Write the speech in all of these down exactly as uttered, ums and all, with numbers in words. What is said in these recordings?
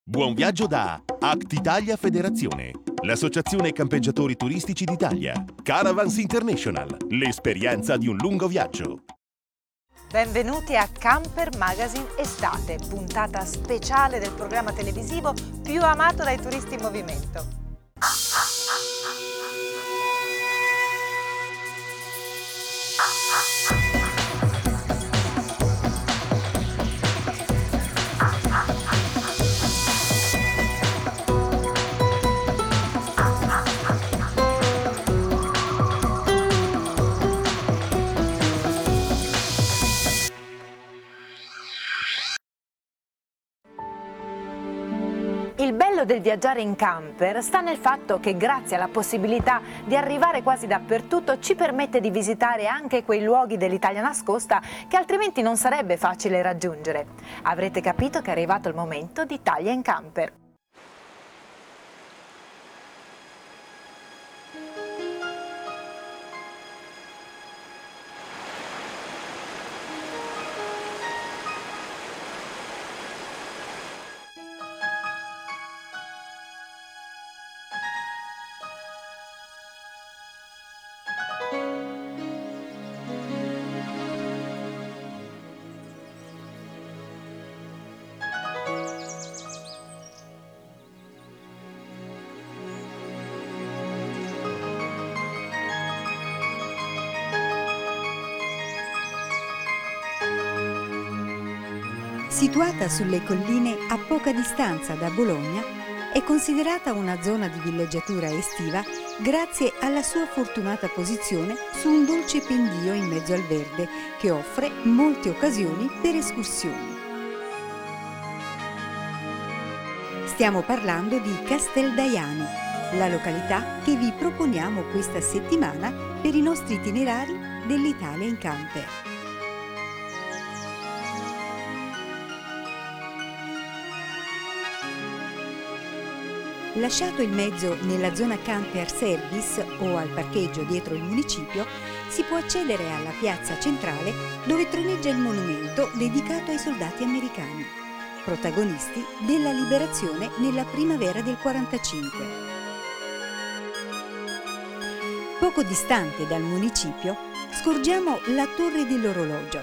Buon viaggio da Actitalia Federazione, l'associazione campeggiatori turistici d'Italia. Caravans International, l'esperienza di un lungo viaggio. Benvenuti a Camper Magazine Estate, puntata speciale del programma televisivo più amato dai turisti in movimento. Il bello del viaggiare in camper sta nel fatto che grazie alla possibilità di arrivare quasi dappertutto ci permette di visitare anche quei luoghi dell'Italia nascosta che altrimenti non sarebbe facile raggiungere. Avrete capito che è arrivato il momento di Italia in camper. Situata sulle colline a poca distanza da Bologna, è considerata una zona di villeggiatura estiva grazie alla sua fortunata posizione su un dolce pendio in mezzo al verde che offre molte occasioni per escursioni. Stiamo parlando di Casteldaiano, la località che vi proponiamo questa settimana per i nostri itinerari dell'Italia in camper. Lasciato il mezzo nella zona camper service o al parcheggio dietro il municipio, si può accedere alla piazza centrale dove troneggia il monumento dedicato ai soldati americani, protagonisti della liberazione nella primavera del quarantacinque. Poco distante dal municipio scorgiamo la torre dell'orologio.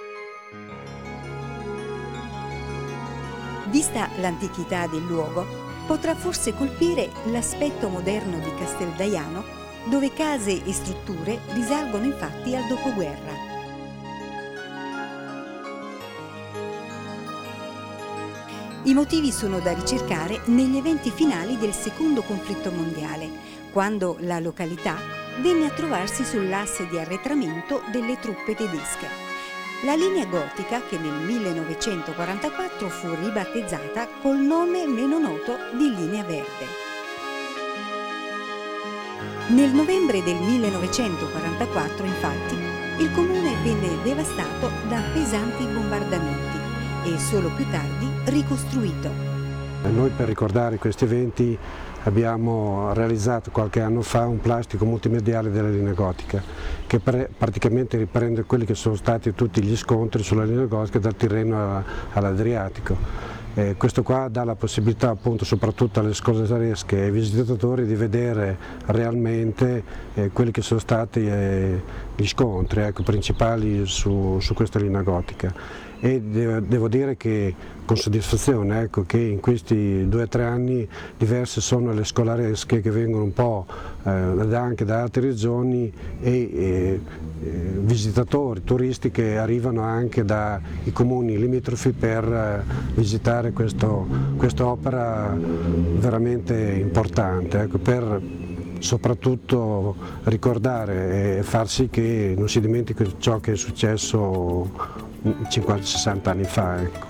Vista l'antichità del luogo, potrà forse colpire l'aspetto moderno di Casteldaiano, dove case e strutture risalgono infatti al dopoguerra. I motivi sono da ricercare negli eventi finali del secondo conflitto mondiale, quando la località venne a trovarsi sull'asse di arretramento delle truppe tedesche. La linea gotica, che nel millenovecentoquarantaquattro fu ribattezzata col nome meno noto di Linea Verde. Nel novembre del millenovecentoquarantaquattro, infatti, il comune venne devastato da pesanti bombardamenti e solo più tardi ricostruito. Noi, per ricordare questi eventi, abbiamo realizzato qualche anno fa un plastico multimediale della linea gotica che pre- praticamente riprende quelli che sono stati tutti gli scontri sulla linea gotica dal Tirreno all'Adriatico. Eh, questo qua dà la possibilità, appunto, soprattutto alle scolaresche e ai visitatori di vedere realmente eh, quelli che sono stati eh, gli scontri ecco, principali su, su questa linea gotica. E devo, devo dire che con soddisfazione ecco, che in questi due o tre anni diverse sono le scolaresche che vengono un po' eh, anche da altre regioni e eh, visitatori, turisti che arrivano anche dai comuni limitrofi per eh, visitare questo, quest'opera veramente importante, ecco, per soprattutto ricordare e far sì che non si dimentichi ciò che è successo cinquanta sessanta anni fa. Ecco.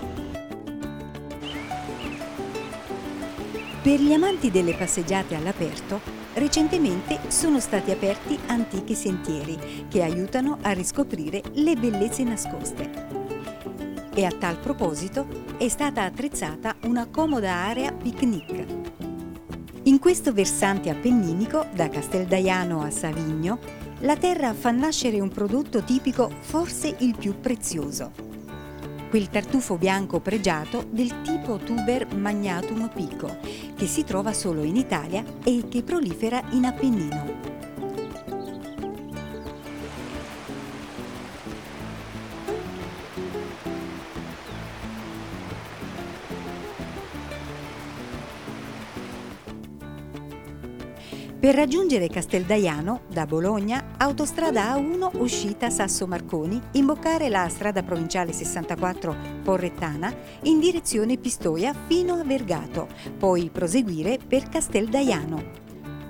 Per gli amanti delle passeggiate all'aperto, recentemente sono stati aperti antichi sentieri che aiutano a riscoprire le bellezze nascoste. E a tal proposito è stata attrezzata una comoda area picnic. In questo versante appenninico, da Casteldaiano a Savigno, la terra fa nascere un prodotto tipico forse il più prezioso. quel tartufo bianco pregiato del tipo Tuber magnatum pico, che si trova solo in Italia e che prolifera in Appennino. Per raggiungere Casteldaiano, da Bologna, autostrada A uno uscita Sasso Marconi, imboccare la strada provinciale sessantaquattro Porrettana in direzione Pistoia fino a Vergato, poi proseguire per Casteldaiano.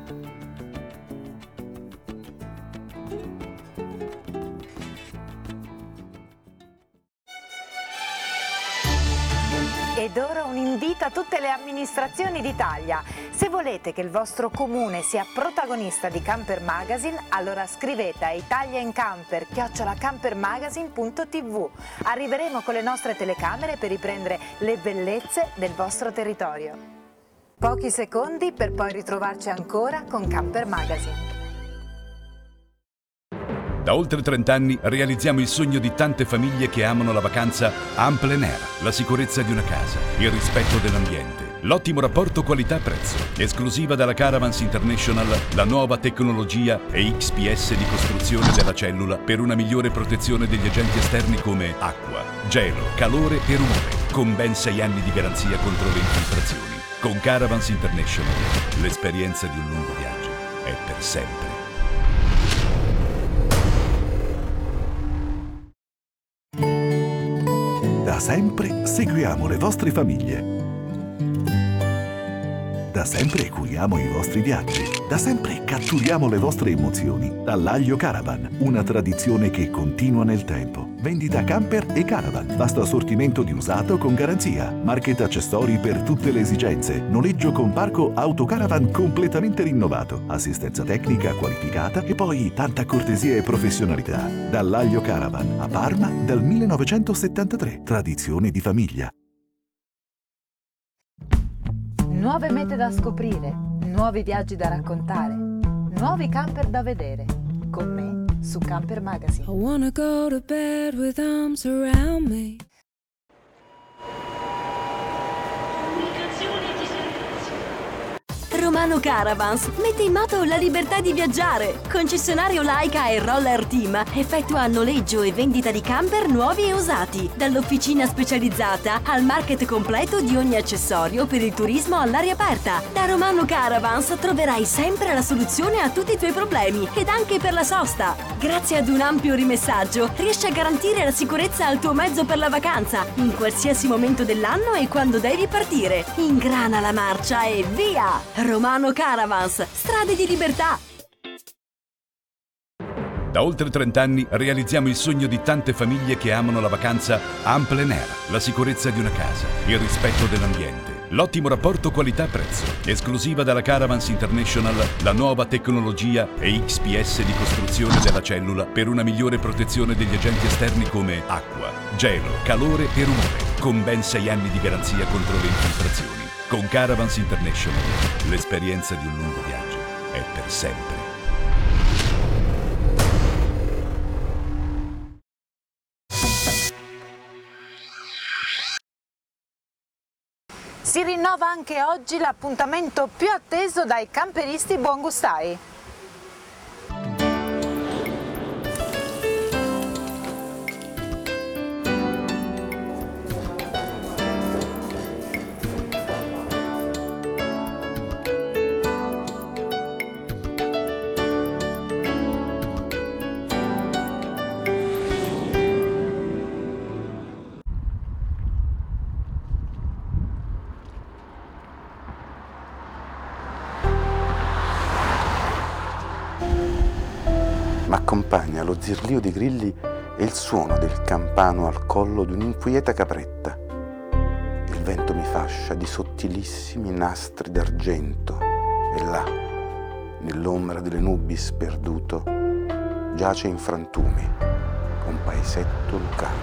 Ed ora un invito a tutte le amministrazioni d'Italia. Se volete che il vostro comune sia protagonista di Camper Magazine, allora scrivete a italiaincamper chiocciola campermagazine punto tv. Arriveremo con le nostre telecamere per riprendere le bellezze del vostro territorio. Pochi secondi per poi ritrovarci ancora con Camper Magazine. Da oltre trent'anni realizziamo il sogno di tante famiglie che amano la vacanza en plein air, la sicurezza di una casa, il rispetto dell'ambiente, l'ottimo rapporto qualità-prezzo. Esclusiva dalla Caravans International, la nuova tecnologia E X P S di costruzione della cellula per una migliore protezione degli agenti esterni come acqua, gelo, calore e rumore, con ben sei anni di garanzia contro le infiltrazioni. Con Caravans International, l'esperienza di un lungo viaggio è per sempre. Da sempre seguiamo le vostre famiglie. Da sempre curiamo i vostri viaggi. Da sempre catturiamo le vostre emozioni. Dall'Aglio Caravan, una tradizione che continua nel tempo. Vendita camper e caravan. Vasto assortimento di usato con garanzia. Market accessori per tutte le esigenze. Noleggio con parco autocaravan completamente rinnovato. Assistenza tecnica qualificata e poi tanta cortesia e professionalità. Dall'Aglio Caravan a Parma dal millenovecentosettantatré. Tradizione di famiglia. Nuove mete da scoprire, nuovi viaggi da raccontare, nuovi camper da vedere. Con me su Camper Magazine. I wanna go to bed with arms around me. Romano Caravans mette in moto la libertà di viaggiare. Concessionario Laika e Roller Team effettua noleggio e vendita di camper nuovi e usati, dall'officina specializzata al market completo di ogni accessorio per il turismo all'aria aperta. Da Romano Caravans troverai sempre la soluzione a tutti i tuoi problemi ed anche per la sosta. Grazie ad un ampio rimessaggio riesci a garantire la sicurezza al tuo mezzo per la vacanza in qualsiasi momento dell'anno e quando devi partire. Ingrana la marcia e via! Romano Caravans, strade di libertà. Da oltre trent'anni realizziamo il sogno di tante famiglie che amano la vacanza en plein air, la sicurezza di una casa, il rispetto dell'ambiente, l'ottimo rapporto qualità-prezzo. Esclusiva dalla Caravans International, la nuova tecnologia E X P S di costruzione della cellula per una migliore protezione degli agenti esterni come acqua, gelo, calore e rumore, con ben sei anni di garanzia contro le infiltrazioni. Con Caravans International, l'esperienza di un lungo viaggio è per sempre. Si rinnova anche oggi l'appuntamento più atteso dai camperisti buongustai. M'accompagna lo zirlio dei grilli e il suono del campano al collo di un'inquieta capretta. Il vento mi fascia di sottilissimi nastri d'argento e là, nell'ombra delle nubi sperduto, giace in frantumi un paesetto lucano.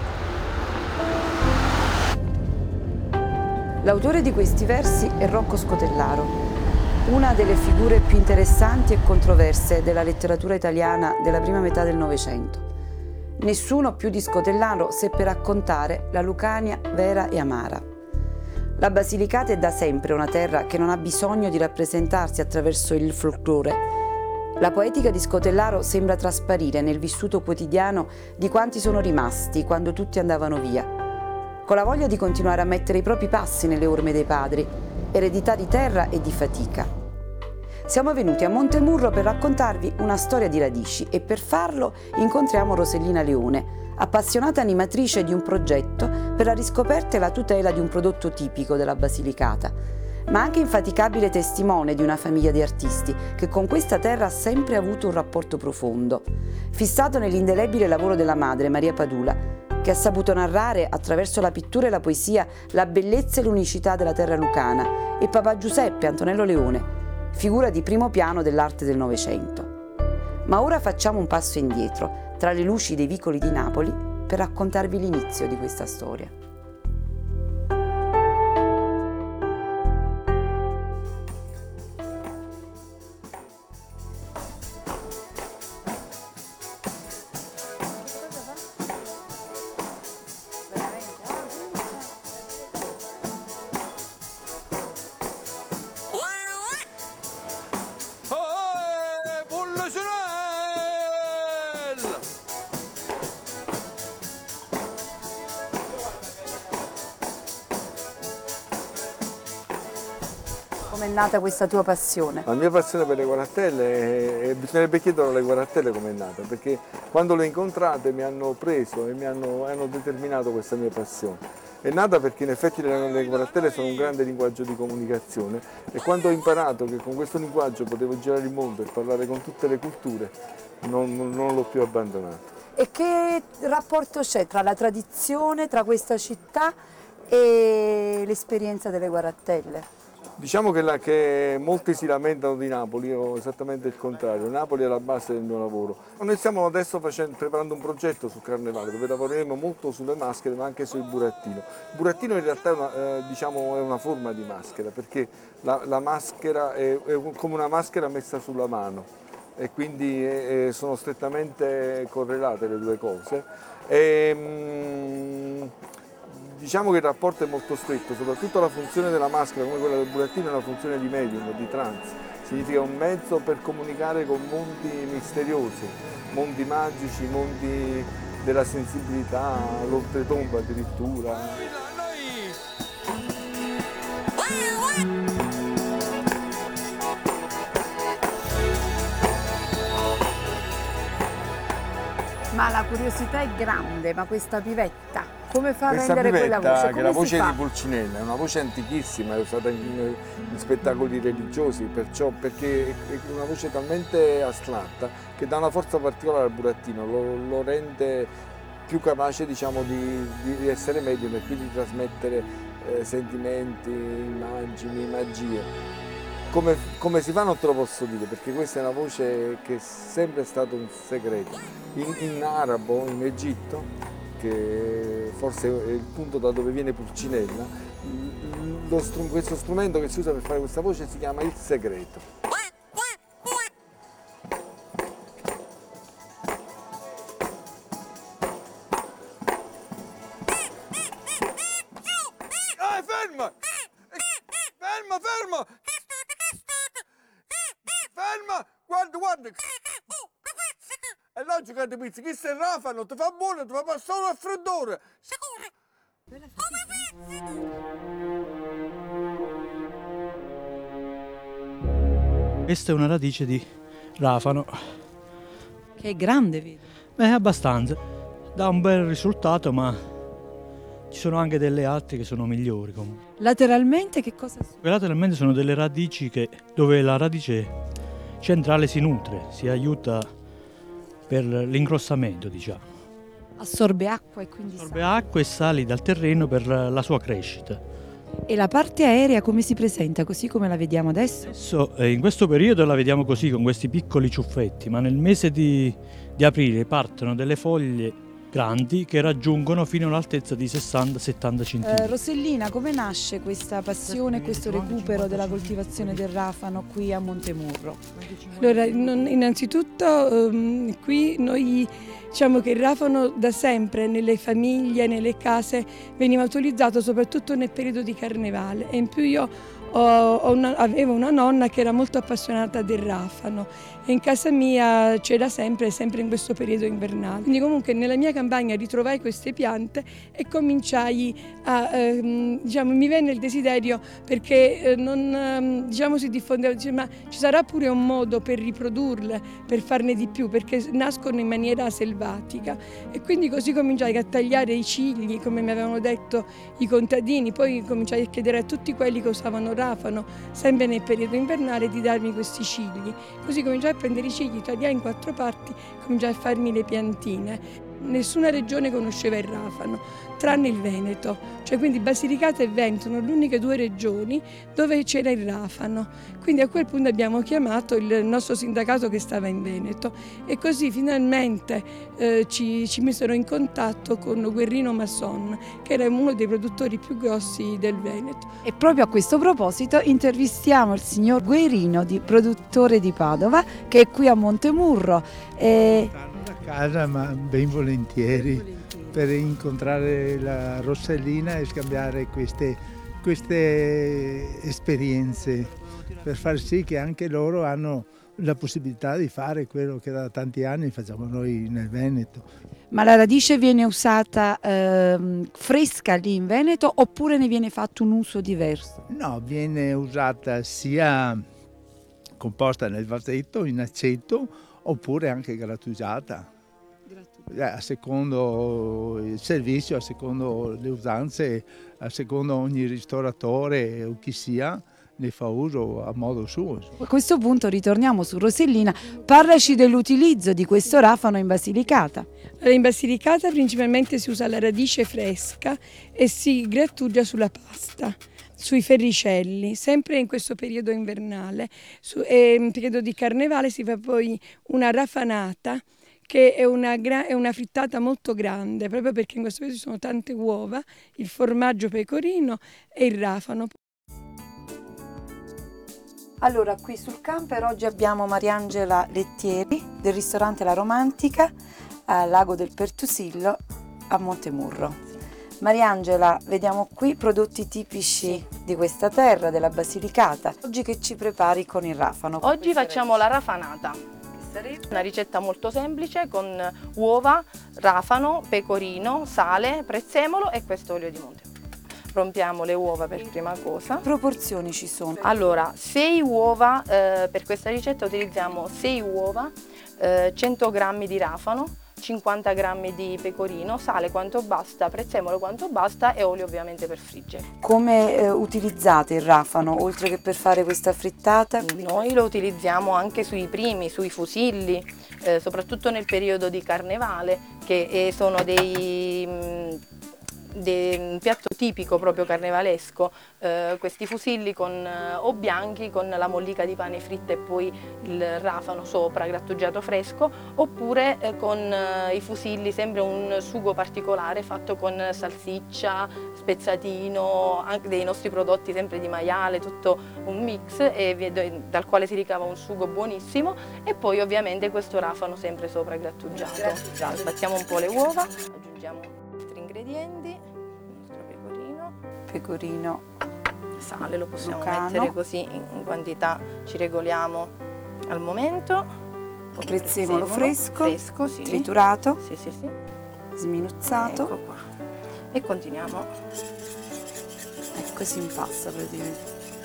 L'autore di questi versi è Rocco Scotellaro, una delle figure più interessanti e controverse della letteratura italiana della prima metà del Novecento. Nessuno più di Scotellaro seppe raccontare la Lucania vera e amara. La Basilicata è da sempre una terra che non ha bisogno di rappresentarsi attraverso il folklore. La poetica di Scotellaro sembra trasparire nel vissuto quotidiano di quanti sono rimasti quando tutti andavano via, con la voglia di continuare a mettere i propri passi nelle orme dei padri, eredità di terra e di fatica. Siamo venuti a Montemurro per raccontarvi una storia di radici e per farlo incontriamo Rosellina Leone, appassionata animatrice di un progetto per la riscoperta e la tutela di un prodotto tipico della Basilicata, ma anche infaticabile testimone di una famiglia di artisti che con questa terra ha sempre avuto un rapporto profondo, fissato nell'indelebile lavoro della madre Maria Padula, che ha saputo narrare attraverso la pittura e la poesia la bellezza e l'unicità della terra lucana, e papà Giuseppe Antonello Leone, figura di primo piano dell'arte del Novecento. Ma ora facciamo un passo indietro, tra le luci dei vicoli di Napoli, per raccontarvi l'inizio di questa storia. Com'è nata questa tua passione? La mia passione per le guarattelle, e bisognerebbe chiedere alle guarattelle com'è nata, perché quando le ho incontrate mi hanno preso e mi hanno, hanno determinato questa mia passione. È nata perché in effetti le, le guarattelle sono un grande linguaggio di comunicazione, e quando ho imparato che con questo linguaggio potevo girare il mondo e parlare con tutte le culture, non, non l'ho più abbandonato. E che rapporto c'è tra la tradizione, tra questa città e l'esperienza delle guarattelle? Diciamo che, la, che molti si lamentano di Napoli, io esattamente il contrario. Napoli è la base del mio lavoro. Noi stiamo adesso facendo, preparando un progetto sul Carnevale dove lavoreremo molto sulle maschere ma anche sul burattino. Il burattino in realtà è una, eh, diciamo, è una forma di maschera, perché la, la maschera è, è come una maschera messa sulla mano e quindi è, sono strettamente correlate le due cose. E, mh, Diciamo che il rapporto è molto stretto, soprattutto la funzione della maschera come quella del burattino è una funzione di medium, di trance. Significa un mezzo per comunicare con mondi misteriosi, mondi magici, mondi della sensibilità, l'oltretomba addirittura. Ma la curiosità è grande, ma questa pivetta, come fa a Questa rendere pivetta, quella voce? che Come è la si voce fa? di Pulcinella, è una voce antichissima, è usata in, in spettacoli religiosi, perciò, perché è una voce talmente astratta che dà una forza particolare al burattino, lo, lo rende più capace, diciamo, di, di essere medium e quindi di trasmettere eh, sentimenti, immagini, magie. Come, come si fa non te lo posso dire, perché questa è una voce che è sempre stato un segreto. In, in arabo, in Egitto, che forse è il punto da dove viene Pulcinella, lo, questo strumento che si usa per fare questa voce si chiama il segreto. Ah, ferma! Ferma, ferma! Ferma! Guarda, guarda! È logico che ti pizzi, chi se Rafa non ti fa buono, ti fa passare solo al freddore! Questa è una radice di rafano. Che è grande, vedo. Beh, abbastanza. Dà un bel risultato, ma ci sono anche delle altre che sono migliori comunque. Lateralmente che cosa sono? Quelle lateralmente sono delle radici che, dove la radice centrale si nutre, si aiuta per l'ingrossamento, diciamo. Assorbe acqua e quindi Assorbe acqua e sali dal terreno per la sua crescita. E la parte aerea come si presenta? Così come la vediamo adesso? Adesso, eh, in questo periodo la vediamo così, con questi piccoli ciuffetti, ma nel mese di, di aprile partono delle foglie grandi che raggiungono fino all'altezza di sessanta settanta centimetri. Eh, Rossellina, come nasce questa passione, questo recupero della coltivazione del rafano qui a Montemurro? Allora, non, innanzitutto um, qui noi diciamo che il rafano da sempre nelle famiglie, nelle case veniva utilizzato soprattutto nel periodo di carnevale, e in più io ho, ho una, avevo una nonna che era molto appassionata del rafano e in casa mia c'era sempre, sempre in questo periodo invernale. Quindi comunque nella mia campagna ritrovai queste piante e cominciai a, ehm, diciamo, mi venne il desiderio, perché eh, non, ehm, diciamo, si diffondeva, dice, ma ci sarà pure un modo per riprodurle, per farne di più, perché nascono in maniera selvatica. E quindi così cominciai a tagliare i cigli, come mi avevano detto i contadini, poi cominciai a chiedere a tutti quelli che usavano rafano, sempre nel periodo invernale, di darmi questi cigli. Così cominciai a prendere i cigli, tagliai in quattro parti, cominciai a farmi le piantine. Nessuna regione conosceva il rafano, tranne il Veneto, cioè quindi Basilicata e Veneto sono le uniche due regioni dove c'era il rafano. Quindi a quel punto abbiamo chiamato il nostro sindacato che stava in Veneto e così finalmente eh, ci, ci misero in contatto con Guerrino Masson, che era uno dei produttori più grossi del Veneto. E proprio a questo proposito intervistiamo il signor Guerrino, di, produttore di Padova, che è qui a Montemurro. E... da casa, ma ben volentieri, per incontrare la Rossellina e scambiare queste, queste esperienze, per far sì che anche loro hanno la possibilità di fare quello che da tanti anni facciamo noi nel Veneto. Ma la radice viene usata eh, fresca lì in Veneto oppure ne viene fatto un uso diverso? No, viene usata sia composta nel vasetto, in aceto, oppure anche grattugiata. A secondo il servizio, a secondo le usanze, a secondo ogni ristoratore o chi sia, ne fa uso a modo suo. A questo punto ritorniamo su Rossellina, parlaci dell'utilizzo di questo rafano in Basilicata. In Basilicata principalmente si usa la radice fresca e si grattugia sulla pasta, sui ferricelli, sempre in questo periodo invernale. Su, e in periodo di carnevale si fa poi una rafanata, che è una, è una frittata molto grande, proprio perché in questo periodo ci sono tante uova, il formaggio pecorino e il rafano. Allora, qui sul camper oggi abbiamo Mariangela Lettieri del ristorante La Romantica al Lago del Pertusillo a Montemurro. Mariangela, vediamo qui prodotti tipici di questa terra, della Basilicata. Oggi che ci prepari con il rafano? Oggi facciamo la rafanata. Una ricetta molto semplice con uova, rafano, pecorino, sale, prezzemolo e questo olio di monte. Rompiamo le uova per prima cosa. Che proporzioni ci sono? Allora, sei uova, eh, per questa ricetta utilizziamo sei uova, eh, cento grammi di rafano, cinquanta grammi di pecorino, sale quanto basta, prezzemolo quanto basta e olio ovviamente per friggere. Come eh, utilizzate il rafano oltre che per fare questa frittata? Noi lo utilizziamo anche sui primi, sui fusilli, eh, soprattutto nel periodo di carnevale, che eh, sono dei... Mh, un piatto tipico proprio carnevalesco, eh, questi fusilli con, eh, o bianchi con la mollica di pane fritta e poi il rafano sopra grattugiato fresco, oppure eh, con eh, i fusilli sempre un sugo particolare fatto con salsiccia, spezzatino, anche dei nostri prodotti sempre di maiale, tutto un mix e, dal quale si ricava un sugo buonissimo, e poi ovviamente questo rafano sempre sopra grattugiato. Sbattiamo un po' le uova, aggiungiamo i nostri ingredienti. Pecorino, sale lo possiamo lucano. mettere così in quantità, ci regoliamo al momento. Prezzemolo fresco, fresco sì. Triturato, sì, sì, sì. Sminuzzato. Ecco qua. E continuiamo. Ecco, si impasta praticamente.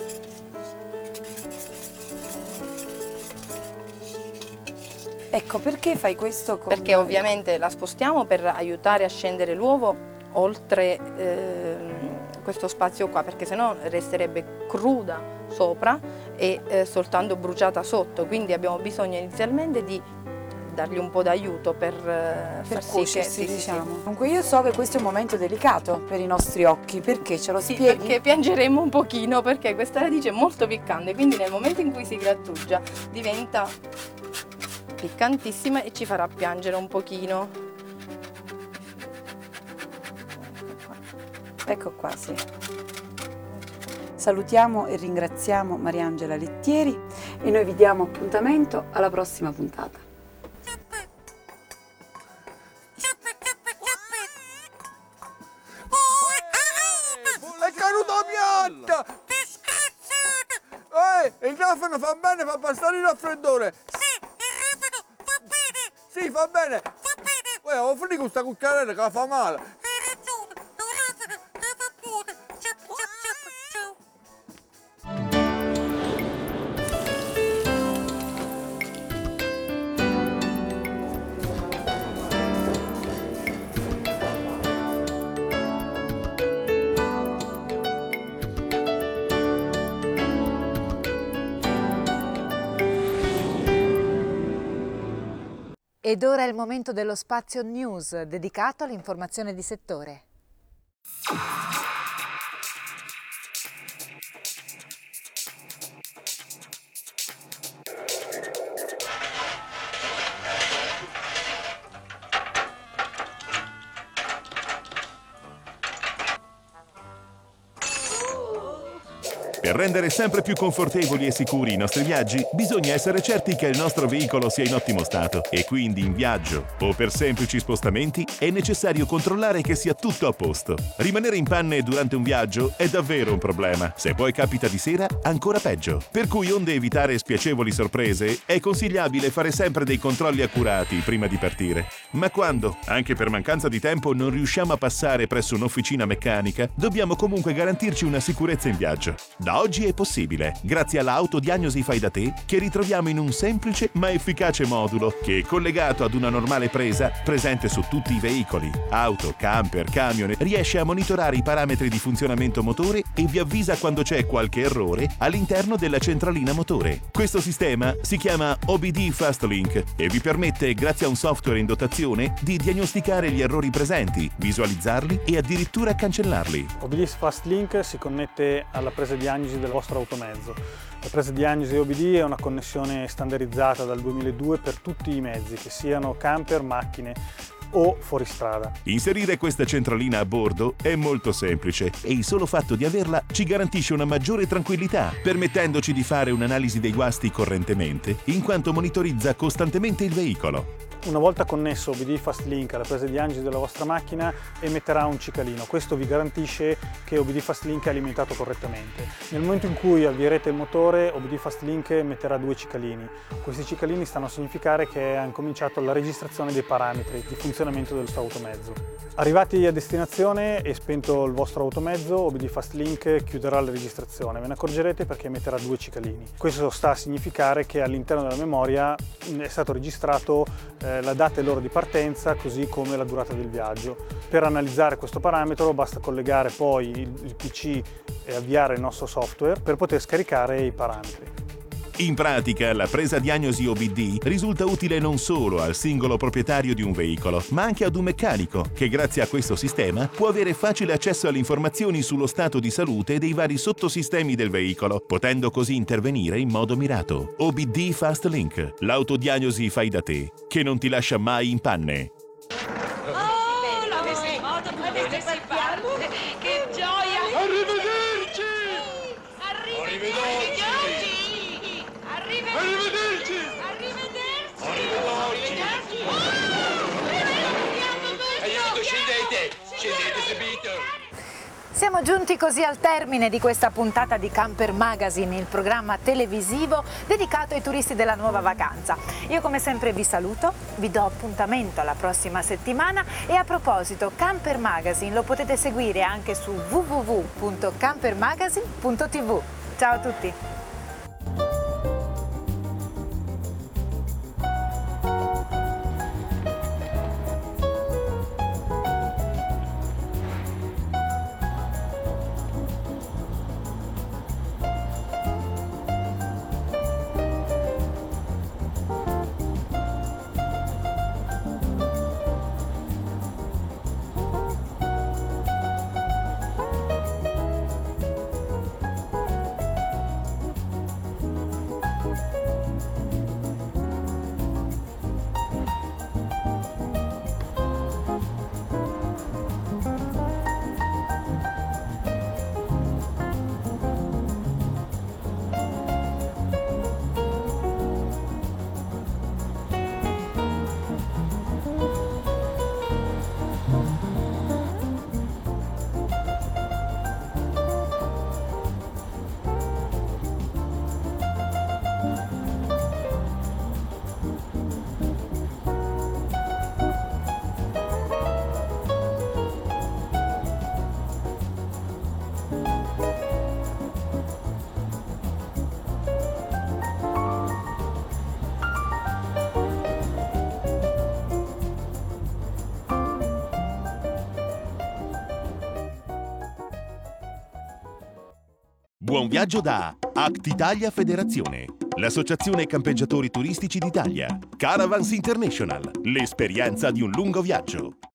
Ecco, perché fai questo? Con... Perché ovviamente la spostiamo per aiutare a scendere l'uovo oltre eh, questo spazio qua, perché sennò resterebbe cruda sopra e eh, soltanto bruciata sotto, quindi abbiamo bisogno inizialmente di dargli un po' d'aiuto per, eh, per far cuocersi, sì che, sì, diciamo. Sì, sì. Comunque io so che questo è un momento delicato per i nostri occhi, perché ce lo sì, spieghi? Perché piangeremo un pochino, perché questa radice è molto piccante, quindi nel momento in cui si grattugia diventa piccantissima e ci farà piangere un pochino. Ecco qua, sì. Salutiamo e ringraziamo Mariangela Lettieri e noi vi diamo appuntamento alla prossima puntata. È caduto piatto! Eh, il grafano fa bene, fa passare il raffreddore. Sì, il grafano fa bene. Sì, fa bene. Fa bene. Uè, ho finito questa cucchiarella che la fa male. Hai ragione, il grafano fa bene. Ciao, ciao, ciao. Ed ora è il momento dello spazio news dedicato all'informazione di settore. Per rendere sempre più confortevoli e sicuri i nostri viaggi, bisogna essere certi che il nostro veicolo sia in ottimo stato e quindi in viaggio o per semplici spostamenti è necessario controllare che sia tutto a posto. Rimanere in panne durante un viaggio è davvero un problema. Se poi capita di sera, ancora peggio. Per cui, onde evitare spiacevoli sorprese, è consigliabile fare sempre dei controlli accurati prima di partire. Ma quando, anche per mancanza di tempo, non riusciamo a passare presso un'officina meccanica, dobbiamo comunque garantirci una sicurezza in viaggio. Da oggi è possibile, grazie alla autodiagnosi fai da te, che ritroviamo in un semplice ma efficace modulo che, collegato ad una normale presa presente su tutti i veicoli, auto, camper, camion, riesce a monitorare i parametri di funzionamento motore e vi avvisa quando c'è qualche errore all'interno della centralina motore. Questo sistema si chiama O B D FastLink e vi permette, grazie a un software in dotazione, di diagnosticare gli errori presenti, visualizzarli e addirittura cancellarli. O B D FastLink si connette alla presa diagnosi del vostro automezzo. La presa diagnosi O B D è una connessione standardizzata dal duemiladue per tutti i mezzi, che siano camper, macchine o fuoristrada. Inserire questa centralina a bordo è molto semplice e il solo fatto di averla ci garantisce una maggiore tranquillità, permettendoci di fare un'analisi dei guasti correntemente, in quanto monitorizza costantemente il veicolo. Una volta connesso O B D FastLink alla presa diagnosi della vostra macchina, emetterà un cicalino. Questo vi garantisce che O B D FastLink è alimentato correttamente. Nel momento in cui avvierete il motore, O B D FastLink emetterà due cicalini. Questi cicalini stanno a significare che ha incominciato la registrazione dei parametri di funzionamento del vostro automezzo. Arrivati a destinazione e spento il vostro automezzo, O B D FastLink chiuderà la registrazione. Ve ne accorgerete perché emetterà due cicalini. Questo sta a significare che all'interno della memoria è stato registrato eh, la data e l'ora di partenza, così come la durata del viaggio. Per analizzare questo parametro basta collegare poi il, il P C e avviare il nostro software per poter scaricare i parametri. In pratica, la presa diagnosi O B D risulta utile non solo al singolo proprietario di un veicolo, ma anche ad un meccanico, che grazie a questo sistema può avere facile accesso alle informazioni sullo stato di salute dei vari sottosistemi del veicolo, potendo così intervenire in modo mirato. O B D FastLink, l'autodiagnosi fai da te, che non ti lascia mai in panne. Oh, l'avete modo, avete salvato! Che gioia! Arrivederci! Arrivederci! Arrivederci! Arrivederci! Arrivederci! Aiuto, scendete! Scendete subito! Siamo giunti così al termine di questa puntata di Camper Magazine, il programma televisivo dedicato ai turisti della nuova vacanza. Io come sempre vi saluto, vi do appuntamento alla prossima settimana e a proposito, Camper Magazine lo potete seguire anche su w w w punto camper magazine punto t v. Ciao a tutti! Buon viaggio da Act Italia Federazione, l'Associazione Campeggiatori Turistici d'Italia. Caravans International, l'esperienza di un lungo viaggio.